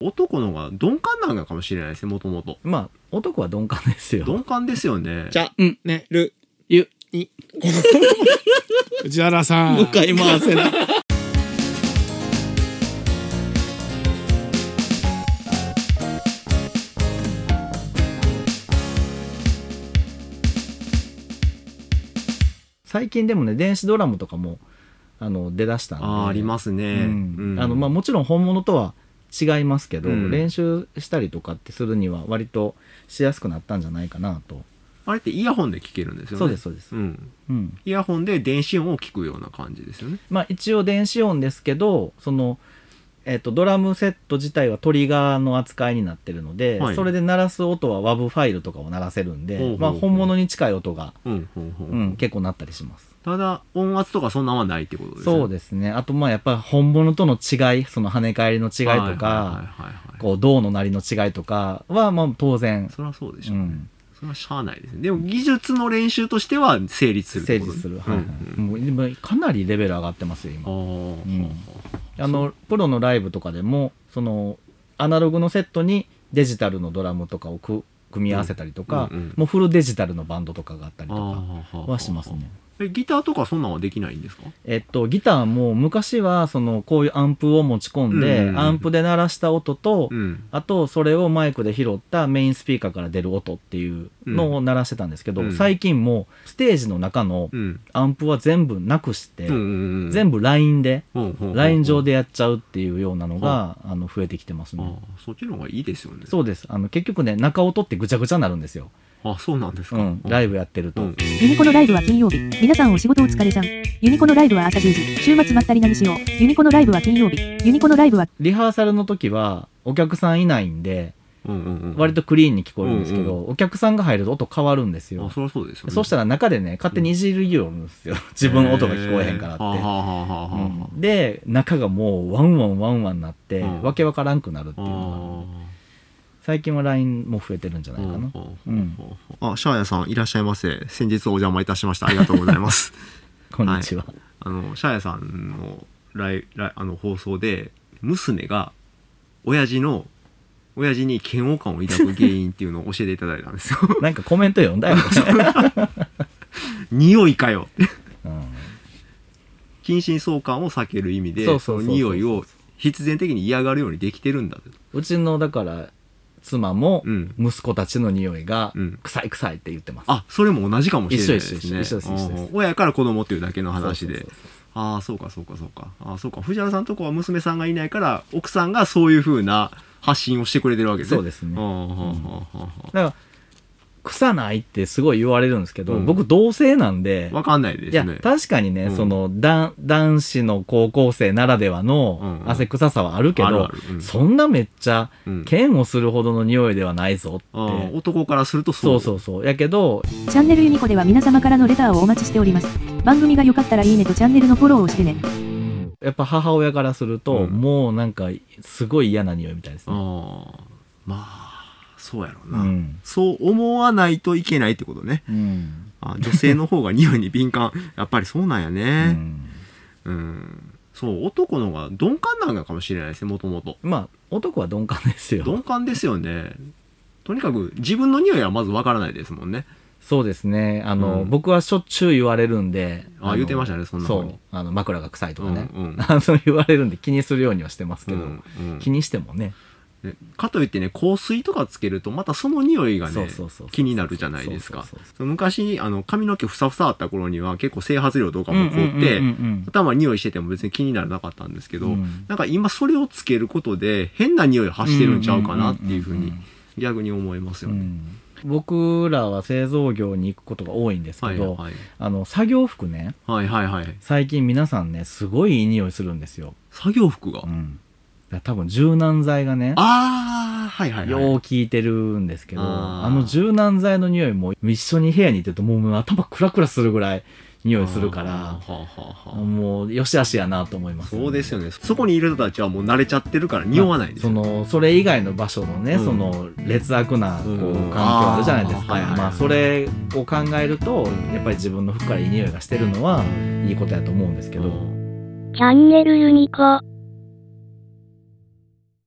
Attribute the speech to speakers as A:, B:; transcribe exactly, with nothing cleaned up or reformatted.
A: 男の方が鈍感なのかもしれないですね、もともと。
B: まあ男は鈍感ですよ。
A: 鈍感ですよね。
C: チャンネルゆに
D: 藤原さん
C: 向かい回せない。
B: 最近でもね電子ドラムとかもあの出だしたんで。
A: あ, ありますね、
B: うん
A: うん、
B: あのまあ、もちろん本物とは違いますけど、
A: うん、
B: 練習したりとかってするには割としやすくなったんじゃないかなと。
A: あれってイヤホンで聴けるんですよね。
B: そうですそうです、
A: うん
B: うん、
A: イヤホンで電子音を聞くような感じですよね。
B: まあ一応電子音ですけどその、えー、とドラムセット自体はトリガーの扱いになってるので、はい、それで鳴らす音は ダブ ファイルとかを鳴らせるんで、ほうほうほう、まあ、本物に近い音が、うんうんうんうん、結構鳴ったりします。
A: ただ音圧とかそんなはないってことですね。
B: そうですね。あとまあやっぱり本物との違い、その跳ね返りの違いとか、こう銅の鳴りの違いとかはまあ当然。
A: そりゃそうでしょうね。うん、それはしゃあないですね。でも技術の練習としては成立するってこと。
B: 成立する。はいはい。うんうん、もうかなりレベル上がってますよ今。あ、うん、あのプロのライブとかでもそのアナログのセットにデジタルのドラムとかを組み合わせたりとか、うんうんうん、もうフルデジタルのバンドとかがあったりとかはしますね。
A: えギターとかそんなんはできないんですか？
B: えっとギターも昔はそのこういうアンプを持ち込んで、うんうん、アンプで鳴らした音と、うん、あとそれをマイクで拾ったメインスピーカーから出る音っていうのを鳴らしてたんですけど、うん、最近もうステージの中のアンプは全部なくして、うん、全部 ライン で、うん、ライン 上でやっちゃうっていうようなのが、うん、あの増えてきてますね。
A: あそっちの方がいいですよね。
B: そうです。あの結局ね中音ってぐちゃぐちゃになるんですよ。
A: あ、そうなんですか、
B: うん、ライブやってると、うん、
E: ユニコのライブは金曜日。皆さんお仕事お疲れさん。ユニコのライブは朝じゅうじ。週末まったり何しよう。ユニコのライブは金曜日。ユニコのライブは
B: リハーサルの時はお客さんいないんで、うんうんうん、割とクリーンに聞こえるんですけど、うんうん、お客さんが入ると音変わるんですよ。
A: あ、そりゃそうですよね。
B: そしたら中でね勝手にいじるようんですよ、うん、自分の音が聞こえへんからって、うん、で中がもうワンワンワンワンになって、うん、わけわからんくなるっていうのが最近は ライン も増えてるんじゃないかな、うんうん、
A: あ、シャーヤさんいらっしゃいませ。先日お邪魔いたしました。ありがとうございます
B: こんにちは、はい、
A: あのシャーヤさんのライライあの放送で娘が親父の親父に嫌悪感を抱く原因っていうのを教えていただいたんですよ
B: なんかコメント読んだよ
A: 匂いかよって、うん、近親相関を避ける意味でその匂いを必然的に嫌がるようにできてるんだと。
B: うちのだから妻も息子たちの匂いが臭い臭いって言ってます、
A: うん、あ、それも同じかもしれないですね。
B: 一緒一緒一緒一緒です。
A: 親から子供っていうだけの話で。ああ、そうかそうかそうか。ああ、そうか。藤原さんとこは娘さんがいないから奥さんがそういう風な発信をしてくれてるわけですね。
B: そうですね、うん、だから臭ないってすごい言われるんですけど、うん、僕同性なんで
A: わかんないですね。
B: いや確かにね、うん、その男男子の高校生ならではの汗臭さはあるけど、うんうんあるあるうん、そんなめっちゃ嫌悪するほどの匂いではないぞって、うん、
A: 男からするとそう
B: そうそうそうやけど
E: チャンネルユニコでは皆様からのレターをお待ちしております。番組が良かったらいいねとチャンネルのフォローをしてね。
B: やっぱ母親からすると、うん、もうなんかすごい嫌な匂いみたいですね。
A: あまあそうやろうな、うん、そう思わないといけないってことね、うん、あ女性の方が匂いに敏感やっぱりそうなんやね、うんうん、そう男の方が鈍感なのかもしれないですね。もともと
B: まあ男は鈍感ですよ。
A: 鈍感ですよね。とにかく自分の匂いはまずわからないですもんね。
B: そうですね。あの、うん、僕はしょっちゅう言われるんで。
A: あ、言ってましたね、そんな風に。
B: そう。あの、枕が臭いとかね。
A: うんうん、
B: あの言われるんで気にするようにはしてますけど、うんうん、気にしてもね。
A: かといってね、香水とかつけるとまたその匂いがね気になるじゃないですか。昔あの髪の毛ふさふさあった頃には結構整髪料とかも凍って頭匂いしてても別に気にならなかったんですけど、うん、なんか今それをつけることで変な匂い発してるんちゃうかなっていうふうに逆に思いますよね。うん
B: 僕らは製造業に行くことが多いんですけど、はいはい、あの作業服ね、
A: はいはいはい、
B: 最近皆さんねすごいいい匂いするんですよ。
A: 作業服が、うん、
B: 多分柔軟剤がね
A: あ、はいはいはい、
B: よう効いてるんですけど、あ, あの柔軟剤の匂いも一緒に部屋にいてるともう頭クラクラするぐらい匂いするからもうよしあしやなと思います、
A: ね、そうですよね。そこにいる人たちはもう慣れちゃってるから匂わないですよ、
B: まあ、そのそれ以外の場所のね、うん、その劣悪なこう、うん、環境あるじゃないですか、はいはいはい、まあそれを考えるとやっぱり自分の服からいい匂いがしてるのはいいことやと思うんですけど、
F: チャンネルユニコ